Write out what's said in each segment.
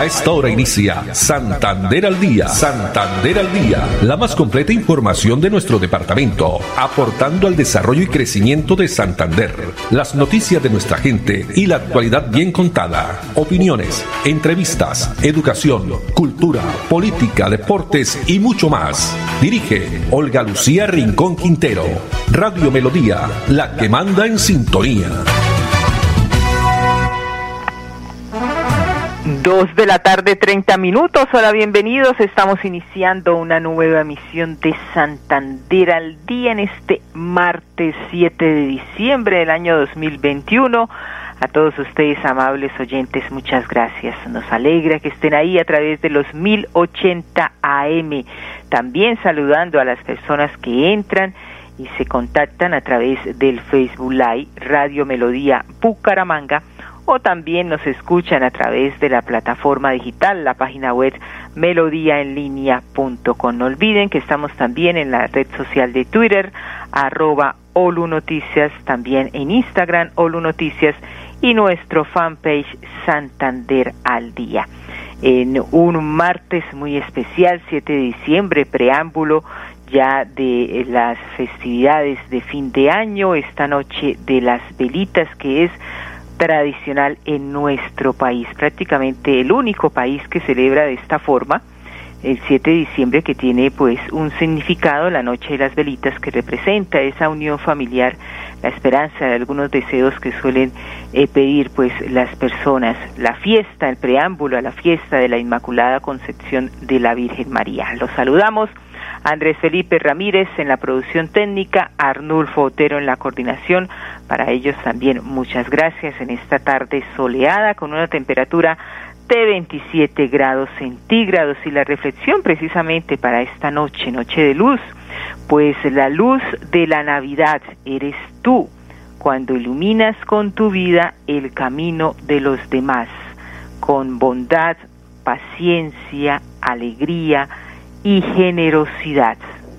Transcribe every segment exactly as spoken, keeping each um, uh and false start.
A esta hora inicia Santander al Día. Santander al Día. La más completa información de nuestro departamento, aportando al desarrollo y crecimiento de Santander. Las noticias de nuestra gente y la actualidad bien contada. Opiniones, entrevistas, educación, cultura, política, deportes y mucho más. Dirige Olga Lucía Rincón Quintero. Radio Melodía, la que manda en sintonía. Dos de la tarde, treinta minutos. Hola, bienvenidos. Estamos iniciando una nueva emisión de Santander al Día en este martes siete de diciembre del año dos mil veintiuno. A todos ustedes, amables oyentes, muchas gracias. Nos alegra que estén ahí a través de los mil ochenta A M. También saludando a las personas que entran y se contactan a través del Facebook Live Radio Melodía Bucaramanga, o también nos escuchan a través de la plataforma digital, la página web melodía en línea punto com. No olviden que estamos también en la red social de Twitter, arroba Olu Noticias, también en Instagram, Olu Noticias, y nuestro fanpage Santander al Día. En un martes muy especial, siete de diciembre, preámbulo ya de las festividades de fin de año, esta noche de las velitas, que es tradicional en nuestro país, prácticamente el único país que celebra de esta forma el siete de diciembre, que tiene pues un significado, la noche de las velitas, que representa esa unión familiar, la esperanza de algunos deseos que suelen eh, pedir pues las personas, la fiesta, el preámbulo a la fiesta de la Inmaculada Concepción de la Virgen María. Los saludamos. Andrés Felipe Ramírez en la producción técnica, Arnulfo Otero en la coordinación. Para ellos también muchas gracias en esta tarde soleada con una temperatura de veintisiete grados centígrados, y la reflexión precisamente para esta noche, noche de luz, pues la luz de la Navidad eres tú, cuando iluminas con tu vida el camino de los demás, con bondad, paciencia, alegría y generosidad.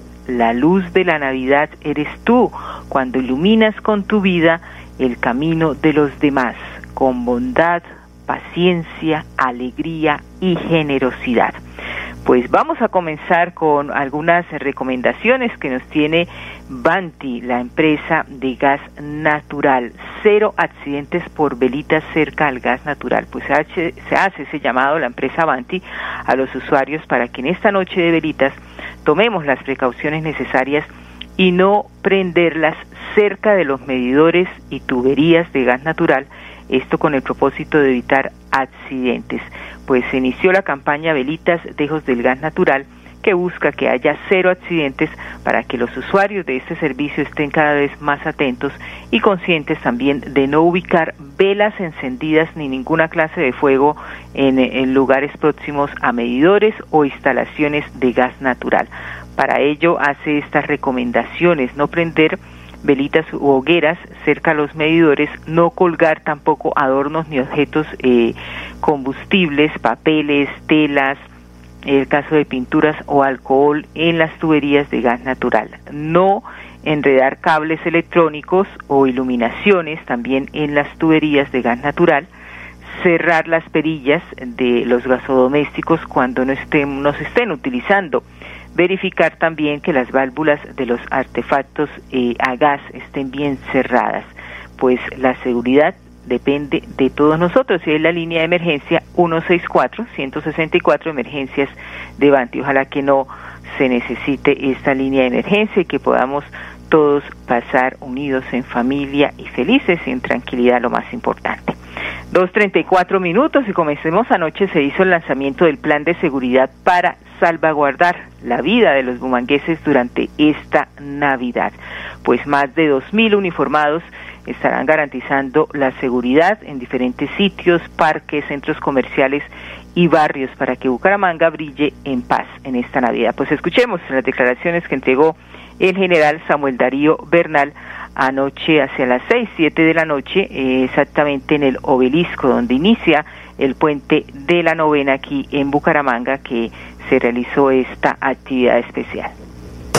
La luz de la Navidad eres tú, cuando iluminas con tu vida el camino de los demás, con bondad, paciencia, alegría y generosidad. Pues vamos a comenzar con algunas recomendaciones que nos tiene Vanti, la empresa de gas natural. Cero accidentes por velitas cerca al gas natural. Pues se hace, se hace ese llamado la empresa Vanti a los usuarios para que en esta noche de velitas tomemos las precauciones necesarias y no prenderlas cerca de los medidores y tuberías de gas natural, esto con el propósito de evitar accidentes. Pues se inició la campaña Velitas Lejos del Gas Natural, que busca que haya cero accidentes para que los usuarios de este servicio estén cada vez más atentos y conscientes también de no ubicar velas encendidas ni ninguna clase de fuego en, en lugares próximos a medidores o instalaciones de gas natural. Para ello hace estas recomendaciones: no prender velitas u hogueras cerca a los medidores, no colgar tampoco adornos ni objetos eh, combustibles, papeles, telas, el caso de pinturas o alcohol en las tuberías de gas natural, no enredar cables electrónicos o iluminaciones también en las tuberías de gas natural, cerrar las perillas de los gasodomésticos cuando no estén, no se estén utilizando, verificar también que las válvulas de los artefactos eh, a gas estén bien cerradas, pues la seguridad depende de todos nosotros, y es la línea de emergencia ciento sesenta y cuatro, ciento sesenta y cuatro emergencias de Vanti. Ojalá que no se necesite esta línea de emergencia y que podamos todos pasar unidos en familia y felices y en tranquilidad, lo más importante. dos treinta y cuatro minutos y comencemos. Anoche se hizo el lanzamiento del plan de seguridad para salvaguardar la vida de los bumangueses durante esta Navidad. Pues más de dos mil uniformados estarán garantizando la seguridad en diferentes sitios, parques, centros comerciales y barrios para que Bucaramanga brille en paz en esta Navidad. Pues escuchemos las declaraciones que entregó el general Samuel Darío Bernal anoche hacia las seis, siete de la noche, eh, exactamente en el obelisco donde inicia el puente de la novena aquí en Bucaramanga, que se realizó esta actividad especial.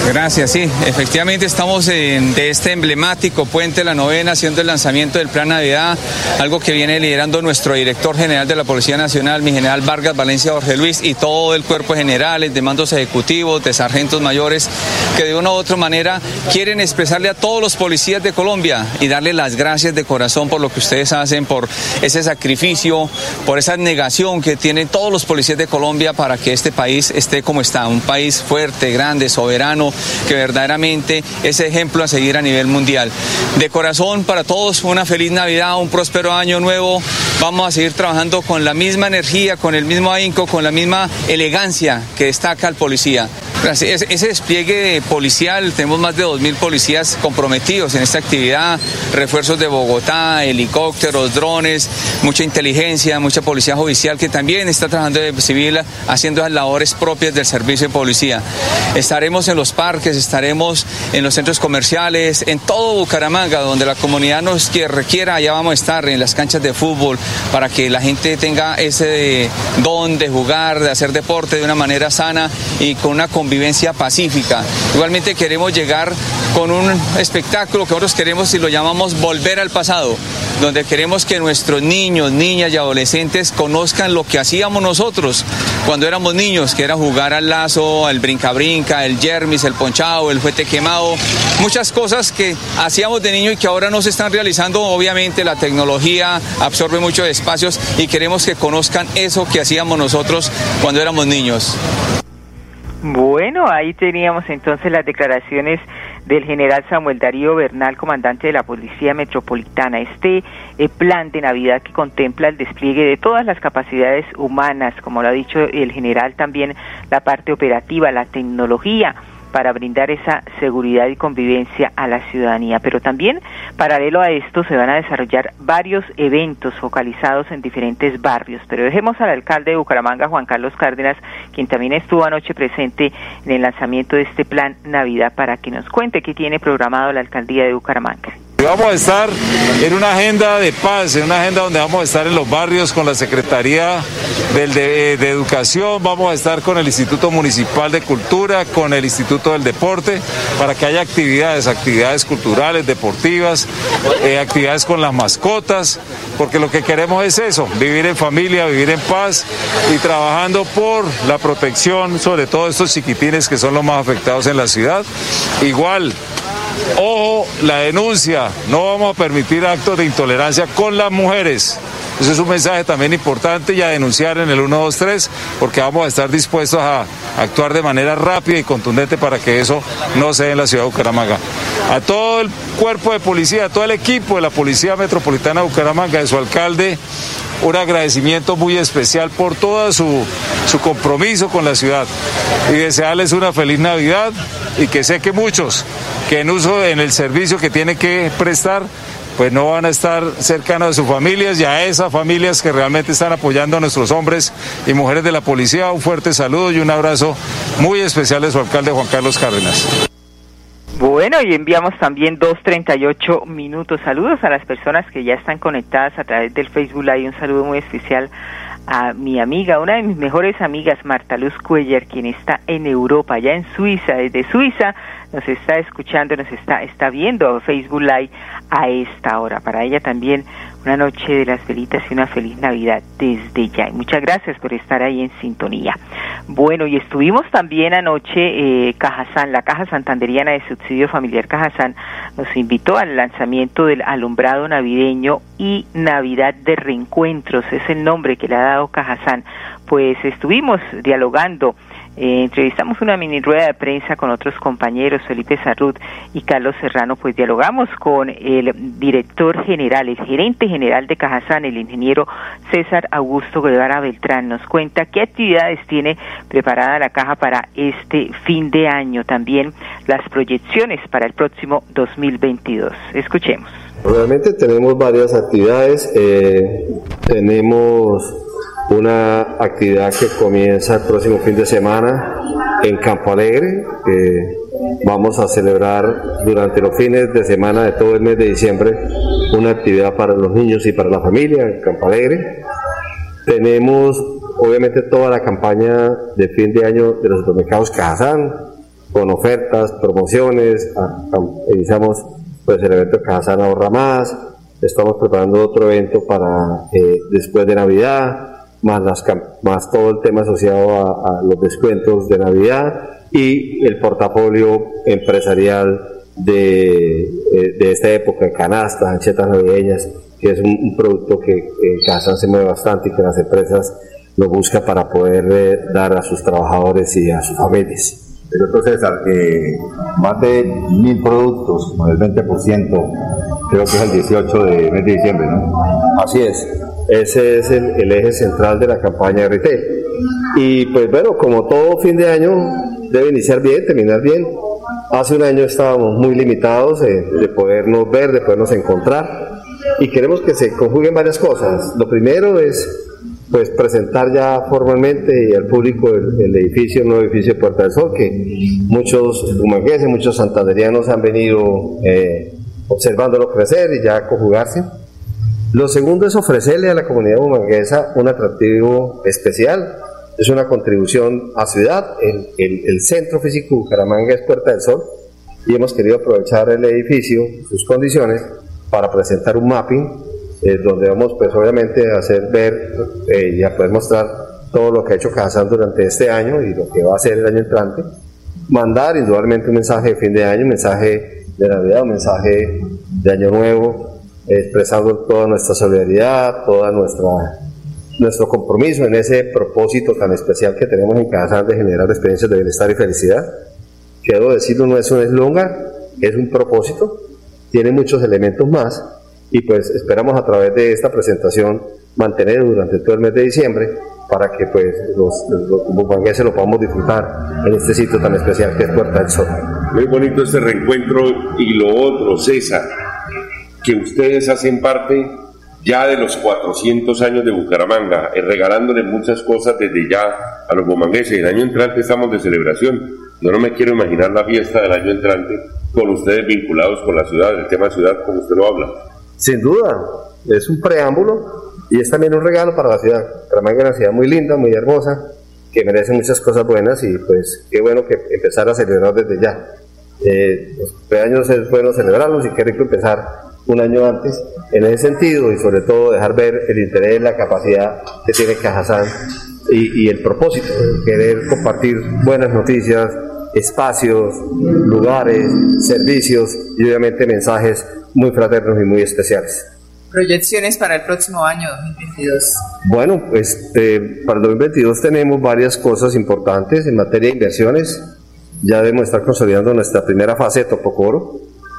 Gracias, sí, efectivamente estamos en de este emblemático Puente La Novena haciendo el lanzamiento del Plan Navidad, algo que viene liderando nuestro director general de la Policía Nacional, mi general Vargas Valencia Jorge Luis, y todo el cuerpo de generales, de mandos ejecutivos, de sargentos mayores, que de una u otra manera quieren expresarle a todos los policías de Colombia y darle las gracias de corazón por lo que ustedes hacen, por ese sacrificio, por esa negación que tienen todos los policías de Colombia para que este país esté como está, un país fuerte, grande, soberano, que verdaderamente es ejemplo a seguir a nivel mundial. De corazón para todos, una feliz Navidad, un próspero año nuevo. Vamos a seguir trabajando con la misma energía, con el mismo ahínco, con la misma elegancia que destaca el policía. Ese despliegue policial, tenemos más de dos mil policías comprometidos en esta actividad, refuerzos de Bogotá, helicópteros, drones, mucha inteligencia, mucha policía judicial que también está trabajando de civil haciendo las labores propias del servicio de policía. Estaremos en los parques, estaremos en los centros comerciales, en todo Bucaramanga, donde la comunidad nos requiera, allá vamos a estar, en las canchas de fútbol, para que la gente tenga ese don de jugar, de hacer deporte de una manera sana y con una convivencia vivencia pacífica. Igualmente queremos llegar con un espectáculo que nosotros queremos y lo llamamos Volver al Pasado, donde queremos que nuestros niños, niñas y adolescentes conozcan lo que hacíamos nosotros cuando éramos niños, que era jugar al lazo, al brinca-brinca, el yermis, el ponchado, el fuete quemado, muchas cosas que hacíamos de niño y que ahora no se están realizando. Obviamente la tecnología absorbe muchos espacios y queremos que conozcan eso que hacíamos nosotros cuando éramos niños. Bueno, ahí teníamos entonces las declaraciones del general Samuel Darío Bernal, comandante de la Policía Metropolitana. Este eh, plan de Navidad que contempla el despliegue de todas las capacidades humanas, como lo ha dicho el general, también la parte operativa, la tecnología, para brindar esa seguridad y convivencia a la ciudadanía. Pero también, paralelo a esto, se van a desarrollar varios eventos focalizados en diferentes barrios. Pero dejemos al alcalde de Bucaramanga, Juan Carlos Cárdenas, quien también estuvo anoche presente en el lanzamiento de este plan Navidad, para que nos cuente qué tiene programado la alcaldía de Bucaramanga. Vamos a estar en una agenda de paz, en una agenda donde vamos a estar en los barrios con la Secretaría del de, de Educación, vamos a estar con el Instituto Municipal de Cultura, con el Instituto del Deporte, para que haya actividades, actividades culturales, deportivas, eh, actividades con las mascotas, porque lo que queremos es eso, vivir en familia, vivir en paz y trabajando por la protección, sobre todo estos chiquitines que son los más afectados en la ciudad. Igual, ojo, la denuncia, no vamos a permitir actos de intolerancia con las mujeres. Eso es un mensaje también importante, y a denunciar en el uno dos tres, porque vamos a estar dispuestos a actuar de manera rápida y contundente para que eso no se dé en la ciudad de Bucaramanga. A todo el cuerpo de policía, a todo el equipo de la Policía Metropolitana de Bucaramanga, de su alcalde, un agradecimiento muy especial por todo su, su compromiso con la ciudad, y desearles una feliz Navidad, y que sé que muchos que en uso en el servicio que tienen que prestar, pues no van a estar cercanos de sus familias, y a esas familias que realmente están apoyando a nuestros hombres y mujeres de la policía, un fuerte saludo y un abrazo muy especial de su alcalde Juan Carlos Cárdenas. Bueno, y enviamos también dos treinta y ocho minutos. Saludos a las personas que ya están conectadas a través del Facebook Live. Un saludo muy especial a mi amiga, una de mis mejores amigas, Marta Luz Cuellar, quien está en Europa, ya en Suiza. Desde Suiza nos está escuchando, nos está está viendo Facebook Live a esta hora. Para ella también una noche de las velitas y una feliz Navidad desde ya. Y muchas gracias por estar ahí en sintonía. Bueno, y estuvimos también anoche, eh, Cajazán, la Caja Santanderiana de Subsidio Familiar Cajazán, nos invitó al lanzamiento del alumbrado navideño y Navidad de Reencuentros, es el nombre que le ha dado Cajazán. Pues estuvimos dialogando, Eh, entrevistamos una mini rueda de prensa con otros compañeros, Felipe Sarrut y Carlos Serrano. Pues dialogamos con el director general, el gerente general de Cajazán, el ingeniero César Augusto Guevara Beltrán. Nos cuenta qué actividades tiene preparada la caja para este fin de año, también las proyecciones para el próximo dos mil veintidós. Escuchemos. Realmente tenemos varias actividades, eh, tenemos una actividad que comienza el próximo fin de semana en Campo Alegre, que vamos a celebrar durante los fines de semana de todo el mes de diciembre una actividad para los niños y para la familia en Campo Alegre. Tenemos obviamente toda la campaña de fin de año de los supermercados Cajazán, con ofertas, promociones, a, a, iniciamos pues el evento de Cajazán Ahorra Más, estamos preparando otro evento para eh, después de Navidad, más, las, más todo el tema asociado a, a los descuentos de Navidad y el portafolio empresarial de, de esta época, canastas, anchetas navideñas, que es un, un producto que en Cajazán se mueve bastante y que las empresas lo buscan para poder eh, dar a sus trabajadores y a sus familias. El doctor César, eh, más de mil productos, con el veinte por ciento, creo que es el dieciocho de mes de diciembre, ¿no? Así es, ese es el, el eje central de la campaña de retail. Y pues bueno, como todo fin de año, debe iniciar bien, terminar bien. Hace un año estábamos muy limitados eh, de podernos ver, de podernos encontrar, y queremos que se conjuguen varias cosas. Lo primero es pues presentar ya formalmente al público el, el edificio, el nuevo edificio de Puerta del Sol, que muchos bumangueses, muchos santanderianos han venido eh, observándolo crecer y ya conjugarse. Lo segundo es ofrecerle a la comunidad bumanguesa un atractivo especial, es una contribución a ciudad. El, el, el centro físico de Bucaramanga es Puerta del Sol y hemos querido aprovechar el edificio, sus condiciones, para presentar un mapping Eh, donde vamos pues obviamente a hacer ver eh, y a poder mostrar todo lo que ha hecho Cajazán durante este año y lo que va a hacer el año entrante, mandar indudablemente un mensaje de fin de año, un mensaje de Navidad, un mensaje de Año Nuevo, eh, expresando toda nuestra solidaridad, toda nuestra nuestro compromiso en ese propósito tan especial que tenemos en Cajazán de generar experiencias de bienestar y felicidad. Quiero decirlo, no es un eslogan, es un propósito, tiene muchos elementos más. Y pues esperamos a través de esta presentación mantener durante todo el mes de diciembre para que pues los, los bumangueses lo podamos disfrutar en este sitio tan especial que es Puerta del Sol. Muy bonito este reencuentro. Y lo otro, César, que ustedes hacen parte ya de los cuatrocientos años de Bucaramanga, eh, regalándole muchas cosas desde ya a los bumangueses. El año entrante estamos de celebración. Yo no me quiero imaginar la fiesta del año entrante con ustedes vinculados con la ciudad, el tema ciudad como usted lo habla. Sin duda, es un preámbulo y es también un regalo para la ciudad. Bucaramanga es una ciudad muy linda, muy hermosa, que merece muchas cosas buenas y pues qué bueno que empezar a celebrar desde ya. Eh, los cumpleaños es bueno celebrarlos y qué rico empezar un año antes en ese sentido y sobre todo dejar ver el interés, la capacidad que tiene Cajazán y, y el propósito de querer compartir buenas noticias, espacios, lugares, servicios y obviamente mensajes muy fraternos y muy especiales. ¿Proyecciones para el próximo año dos mil veintidós? Bueno, pues eh, para el dos mil veintidós tenemos varias cosas importantes en materia de inversiones. Ya debemos estar consolidando nuestra primera fase de Topocoro.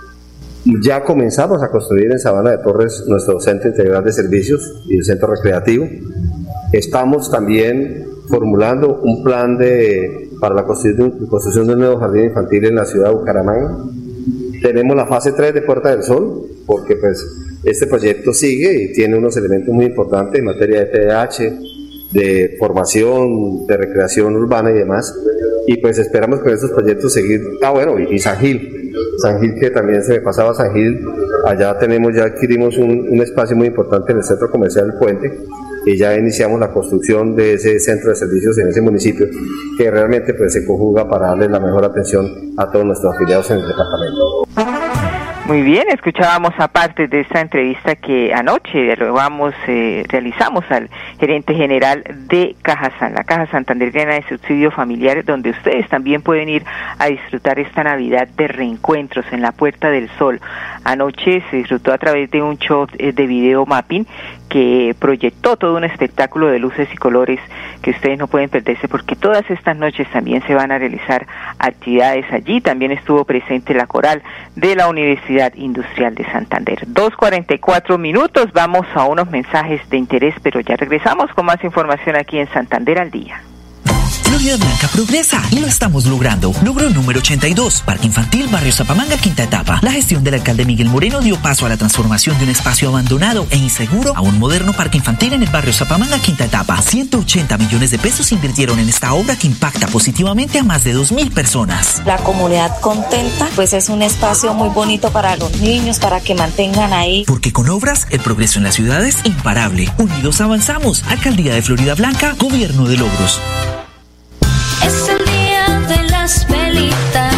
Ya comenzamos a construir en Sabana de Torres nuestro centro integral de servicios y el centro recreativo. Estamos también formulando un plan de, para la construcción, construcción de un nuevo jardín infantil en la ciudad de Bucaramanga. Tenemos la fase tres de Puerta del Sol, porque pues este proyecto sigue y tiene unos elementos muy importantes en materia de P D H, de formación, de recreación urbana y demás. Y pues esperamos con estos proyectos seguir. Ah, bueno, y, y San Gil. San Gil, que también se me pasaba San Gil. Allá tenemos, ya adquirimos un, un espacio muy importante en el centro comercial del Puente y ya iniciamos la construcción de ese centro de servicios en ese municipio que realmente pues se conjuga para darle la mejor atención a todos nuestros afiliados en el departamento. Muy bien, escuchábamos aparte de esta entrevista que anoche vamos, eh, realizamos al gerente general de Cajazán, la Caja Santanderiana de Subsidio Familiar, donde ustedes también pueden ir a disfrutar esta Navidad de reencuentros en la Puerta del Sol. Anoche se disfrutó a través de un show de video mapping que proyectó todo un espectáculo de luces y colores que ustedes no pueden perderse porque todas estas noches también se van a realizar actividades allí. También estuvo presente la coral de la Universidad Industrial de Santander. dos cuarenta y cuatro minutos, vamos a unos mensajes de interés, pero ya regresamos con más información aquí en Santander al Día. Florida Blanca progresa y lo estamos logrando. Logro número ochenta y dos, Parque Infantil Barrio Zapamanga, quinta etapa. La gestión del alcalde Miguel Moreno dio paso a la transformación de un espacio abandonado e inseguro a un moderno parque infantil en el barrio Zapamanga, quinta etapa. ciento ochenta millones de pesos se invirtieron en esta obra que impacta positivamente a más de dos mil personas. La comunidad contenta, pues es un espacio muy bonito para los niños, para que mantengan ahí. Porque con obras, el progreso en la ciudad es imparable. Unidos avanzamos. Alcaldía de Florida Blanca, Gobierno de Logros. Es el día de las velitas.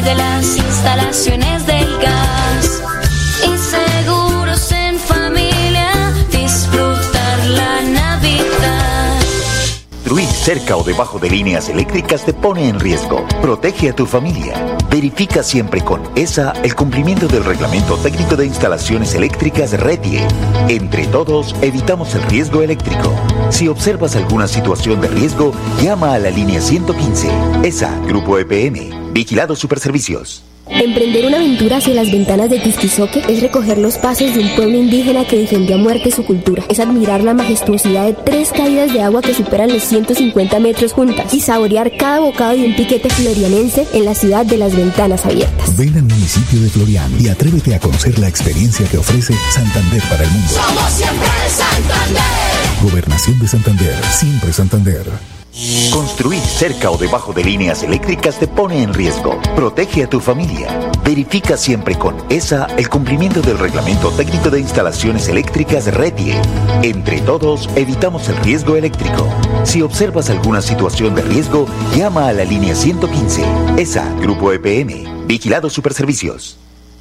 y de las instalaciones del gas. Y seguros en familia, disfrutar la Navidad. Construir cerca o debajo de líneas eléctricas te pone en riesgo. Protege a tu familia. Verifica siempre con E S A el cumplimiento del Reglamento Técnico de Instalaciones Eléctricas RETIE. Entre todos, evitamos el riesgo eléctrico. Si observas alguna situación de riesgo, llama a la línea ciento quince. E S A, Grupo E P M. Vigilado Superservicios. Emprender una aventura hacia las ventanas de Tisquizoque es recoger los pasos de un pueblo indígena que defendió a muerte su cultura. Es admirar la majestuosidad de tres caídas de agua que superan los ciento cincuenta metros juntas y saborear cada bocado de un piquete florianense en la ciudad de las ventanas abiertas. Ven al municipio de Florian y atrévete a conocer la experiencia que ofrece Santander para el mundo. Somos siempre Santander. Gobernación de Santander, siempre Santander. Construir cerca o debajo de líneas eléctricas te pone en riesgo. Protege a tu familia. Verifica siempre con E S A el cumplimiento del Reglamento Técnico de Instalaciones Eléctricas RETIE. Entre todos, evitamos el riesgo eléctrico. Si observas alguna situación de riesgo, llama a la línea ciento quince. E S A, Grupo E P M. Vigilado Superservicios.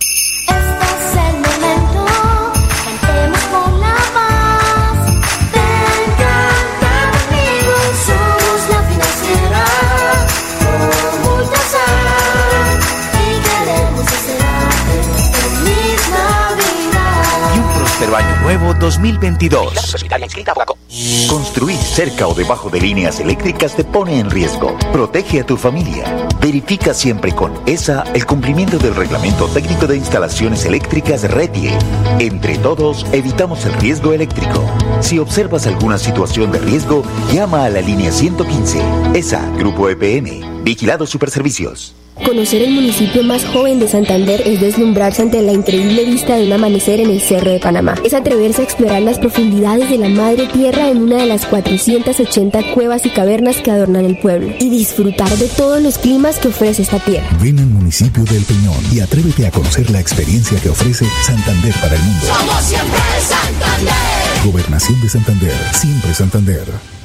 Año Nuevo dos mil veintidós. Construir cerca o debajo de líneas eléctricas te pone en riesgo. Protege a tu familia. Verifica siempre con E S A el cumplimiento del Reglamento Técnico de Instalaciones Eléctricas RETIE. Entre todos, evitamos el riesgo eléctrico. Si observas alguna situación de riesgo, llama a la línea ciento quince. E S A, Grupo E P M. Vigilado Superservicios. Conocer el municipio más joven de Santander es deslumbrarse ante la increíble vista de un amanecer en el Cerro de Panamá. Es atreverse a explorar las profundidades de la madre tierra en una de las cuatrocientas ochenta cuevas y cavernas que adornan el pueblo y disfrutar de todos los climas que ofrece esta tierra. Ven al municipio de El Peñón y atrévete a conocer la experiencia que ofrece Santander para el mundo. Somos siempre Santander. Gobernación de Santander, siempre Santander.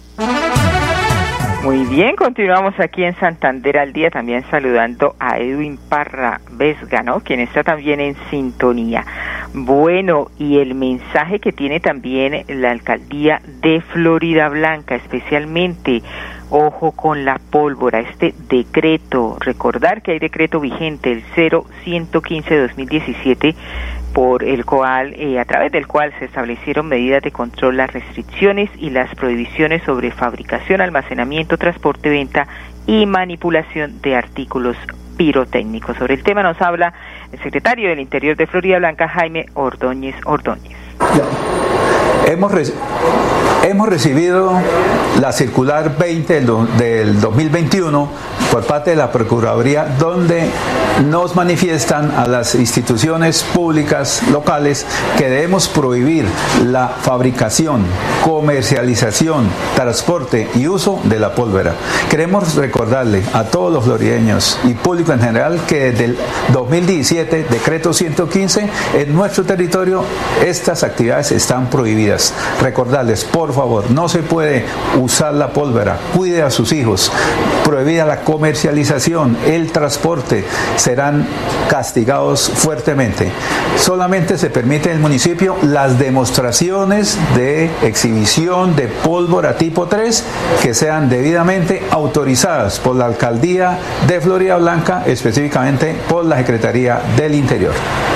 Muy bien, continuamos aquí en Santander al Día, también saludando a Edwin Parra Vesga, ¿no?, quien está también en sintonía. Bueno, y el mensaje que tiene también la alcaldía de Florida Blanca, especialmente, ojo con la pólvora, este decreto, recordar que hay decreto vigente, el cero ciento quince de dos mil diecisiete, por el cual, eh, a través del cual se establecieron medidas de control, las restricciones y las prohibiciones sobre fabricación, almacenamiento, transporte, venta y manipulación de artículos pirotécnicos. Sobre el tema nos habla el secretario del Interior de Florida Blanca, Jaime Ordóñez Ordóñez. Hemos, re- hemos recibido la circular veinte del, do- del dos mil veintiuno por parte de la Procuraduría, donde nos manifiestan a las instituciones públicas locales que debemos prohibir la fabricación, comercialización, transporte y uso de la pólvora. Queremos recordarle a todos los florideños y público en general que desde el dos mil diecisiete, decreto ciento quince, en nuestro territorio estas actividades están prohibidas. Recordarles, por favor, no se puede usar la pólvora, cuide a sus hijos, prohibida la comercialización, el transporte, serán castigados fuertemente. Solamente se permite en el municipio las demostraciones de exhibición de pólvora tipo tres que sean debidamente autorizadas por la Alcaldía de Florida Blanca, específicamente por la Secretaría del Interior.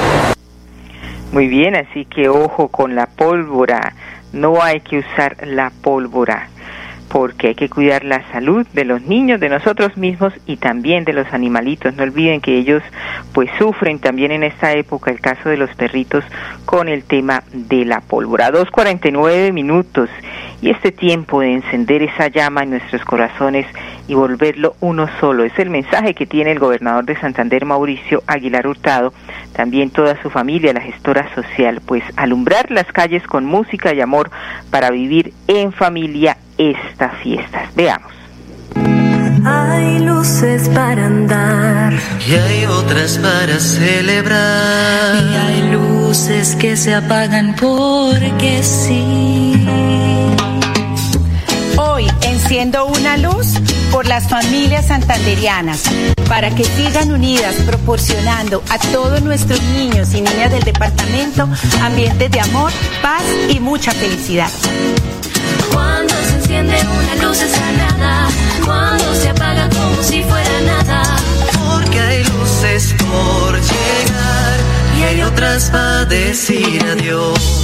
Muy bien, así que ojo con la pólvora, no hay que usar la pólvora, porque hay que cuidar la salud de los niños, de nosotros mismos y también de los animalitos. No olviden que ellos pues sufren también en esta época, el caso de los perritos, con el tema de la pólvora. dos cuarenta y nueve minutos, y este tiempo de encender esa llama en nuestros corazones y volverlo uno solo, es el mensaje que tiene el gobernador de Santander, Mauricio Aguilar Hurtado, también toda su familia, la gestora social, pues alumbrar las calles con música y amor para vivir en familia estas fiestas. Veamos. Hay luces para andar y hay otras para celebrar, y hay luces que se apagan porque sí. Hoy enciendo una luz por las familias santanderianas, para que sigan unidas, proporcionando a todos nuestros niños y niñas del departamento ambientes de amor, paz y mucha felicidad. Cuando se enciende una luz es sagrada, cuando se apaga como si fuera nada. Porque hay luces por llegar y hay otras para decir adiós.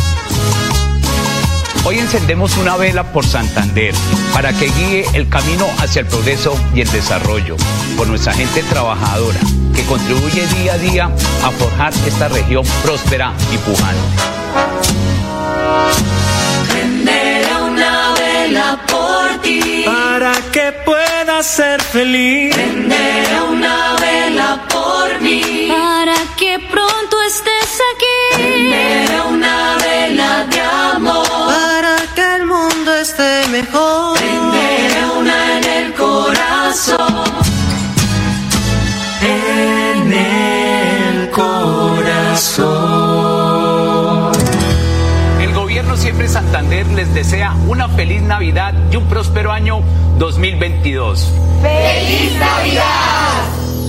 Hoy encendemos una vela por Santander para que guíe el camino hacia el progreso y el desarrollo, por nuestra gente trabajadora que contribuye día a día a forjar esta región próspera y pujante. Prenderé una vela por ti para que puedas ser feliz. Prenderé una vela por mí para que pronto estés aquí. Prenderé una vela de amor para que el mundo esté mejor. Prenderé una en el corazón, en el corazón. El gobierno Siempre Santander les desea una feliz Navidad y un próspero año dos mil veintidós. ¡Feliz Navidad!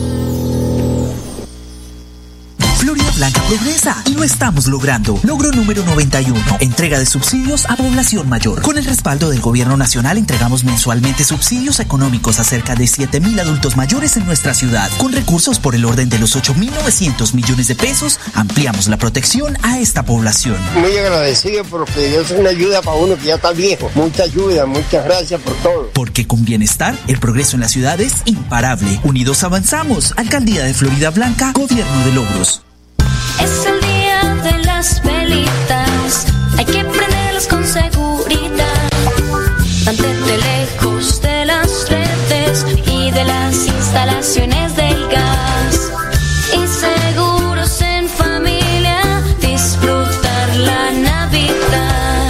Florida Blanca progresa y lo estamos logrando. Logro número noventa y uno. Entrega de subsidios a población mayor. Con el respaldo del gobierno nacional entregamos mensualmente subsidios económicos a cerca de siete mil adultos mayores en nuestra ciudad. Con recursos por el orden de los ocho mil novecientos millones de pesos, ampliamos la protección a esta población. Muy agradecido porque es una ayuda para uno que ya está viejo. Mucha ayuda, muchas gracias por todo. Porque con bienestar, el progreso en la ciudad es imparable. Unidos avanzamos. Alcaldía de Florida Blanca, Gobierno de Logros. Es el día de las velitas, hay que prenderlas con seguridad. Mantente lejos de las redes y de las instalaciones del gas. Y seguros en familia, disfrutar la Navidad.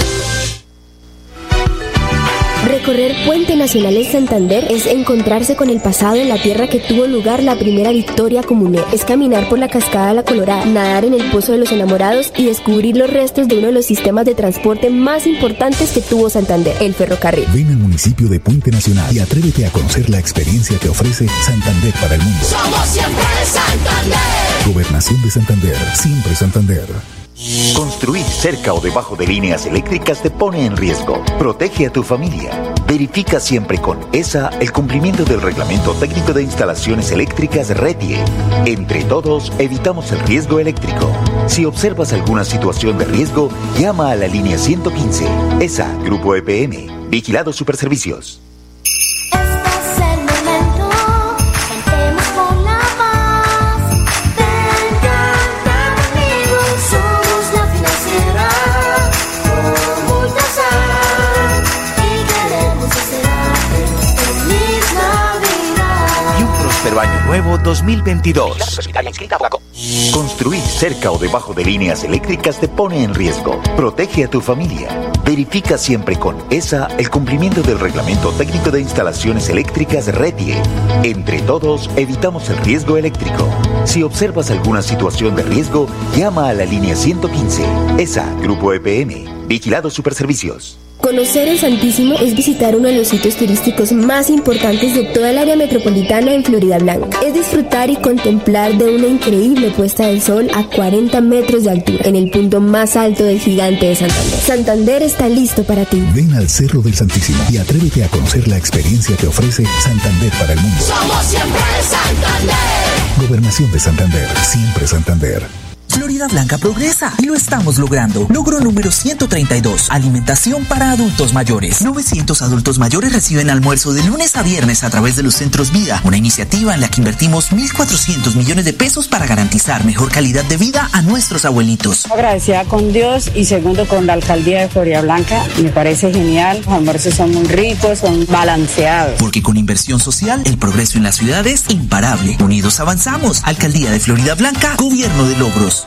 Recorrer Puente Nacional en Santander es encontrarse con el pasado en la tierra que tuvo lugar la primera victoria comunera. Es caminar por la cascada de la Colorada, nadar en el Pozo de los Enamorados y descubrir los restos de uno de los sistemas de transporte más importantes que tuvo Santander, el ferrocarril. Ven al municipio de Puente Nacional y atrévete a conocer la experiencia que ofrece Santander para el mundo. Somos siempre Santander. Gobernación de Santander, siempre Santander. Construir cerca o debajo de líneas eléctricas te pone en riesgo. Protege a tu familia. Verifica siempre con E S A el cumplimiento del Reglamento Técnico de Instalaciones Eléctricas RETIE. Entre todos, evitamos el riesgo eléctrico. Si observas alguna situación de riesgo, llama a la línea ciento quince. E S A, Grupo E P M. Vigilado Superservicios. Año Nuevo dos mil veintidós. Construir cerca o debajo de líneas eléctricas te pone en riesgo. Protege a tu familia. Verifica siempre con E S A el cumplimiento del Reglamento Técnico de Instalaciones Eléctricas RETIE. Entre todos, evitamos el riesgo eléctrico. Si observas alguna situación de riesgo, llama a la línea ciento quince. E S A, Grupo E P M. Vigilado Superservicios. Conocer el Santísimo es visitar uno de los sitios turísticos más importantes de toda el área metropolitana en Florida Blanca. Es disfrutar y contemplar de una increíble puesta del sol a cuarenta metros de altura, en el punto más alto del gigante de Santander. Santander está listo para ti. Ven al Cerro del Santísimo y atrévete a conocer la experiencia que ofrece Santander para el mundo. Somos siempre Santander. Gobernación de Santander, siempre Santander. Florida Blanca progresa y lo estamos logrando. Logro número ciento treinta y dos. Alimentación para adultos mayores. novecientos adultos mayores reciben almuerzo de lunes a viernes a través de los Centros Vida, una iniciativa en la que invertimos mil cuatrocientos millones de pesos para garantizar mejor calidad de vida a nuestros abuelitos. Agradecida con Dios y segundo con la alcaldía de Florida Blanca. Me parece genial. Los almuerzos son muy ricos, son balanceados. Porque con inversión social, el progreso en la ciudad es imparable. Unidos avanzamos. Alcaldía de Florida Blanca, Gobierno de Logros.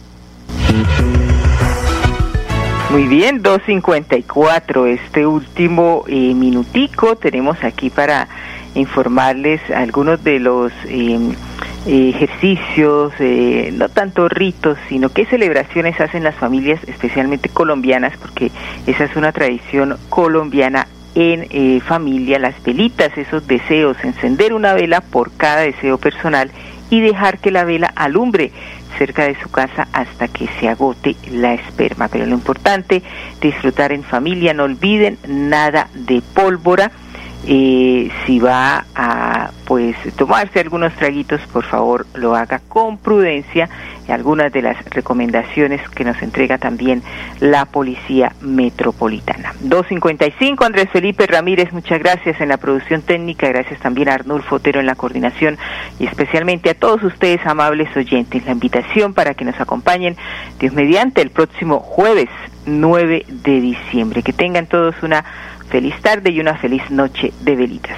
Muy bien, dos cincuenta y cuatro, este último eh, minutico tenemos aquí para informarles algunos de los eh, ejercicios, eh, no tanto ritos, sino qué celebraciones hacen las familias, especialmente colombianas, porque esa es una tradición colombiana en eh, familia las velitas, esos deseos, encender una vela por cada deseo personal y dejar que la vela alumbre cerca de su casa hasta que se agote la esperma. Pero lo importante, disfrutar en familia, no olviden nada de pólvora. Eh, si va a pues tomarse algunos traguitos, por favor lo haga con prudencia. Algunas de las recomendaciones que nos entrega también la Policía Metropolitana. dos cincuenta y cinco, Andrés Felipe Ramírez, muchas gracias en la producción técnica, gracias también a Arnulfo Otero en la coordinación y especialmente a todos ustedes, amables oyentes, la invitación para que nos acompañen, Dios mediante, el próximo jueves nueve de diciembre. Que tengan todos una feliz tarde y una feliz noche de velitas.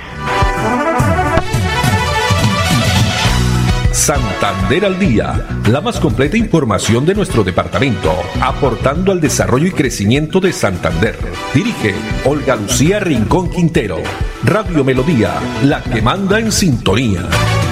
Santander al día, la más completa información de nuestro departamento, aportando al desarrollo y crecimiento de Santander. Dirige Olga Lucía Rincón Quintero. Radio Melodía, la que manda en sintonía.